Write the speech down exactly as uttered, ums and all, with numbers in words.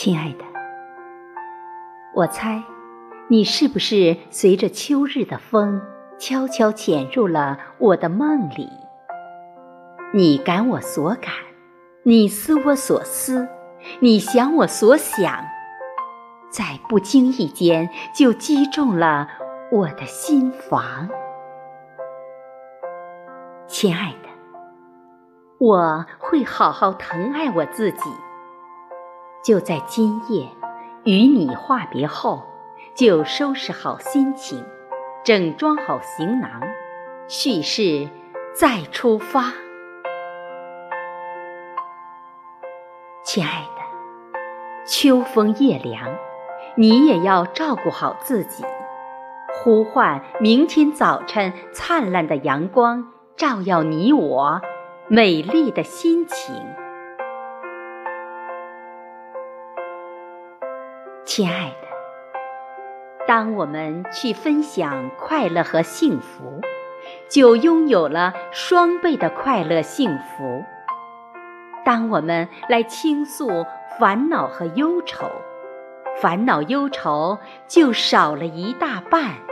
亲爱的，我猜你是不是随着秋日的风悄悄潜入了我的梦里？你感我所感，你思我所思，你想我所想，在不经意间就击中了我的心房。亲爱的，我会好好疼爱我自己。就在今夜与你话别后，就收拾好心情，整装好行囊，蓄势再出发。亲爱的，秋风夜凉，你也要照顾好自己，呼唤明天早晨灿烂的阳光，照耀你我美丽的心情。亲爱的，当我们去分享快乐和幸福，就拥有了双倍的快乐幸福。当我们来倾诉烦恼和忧愁，烦恼忧愁就少了一大半。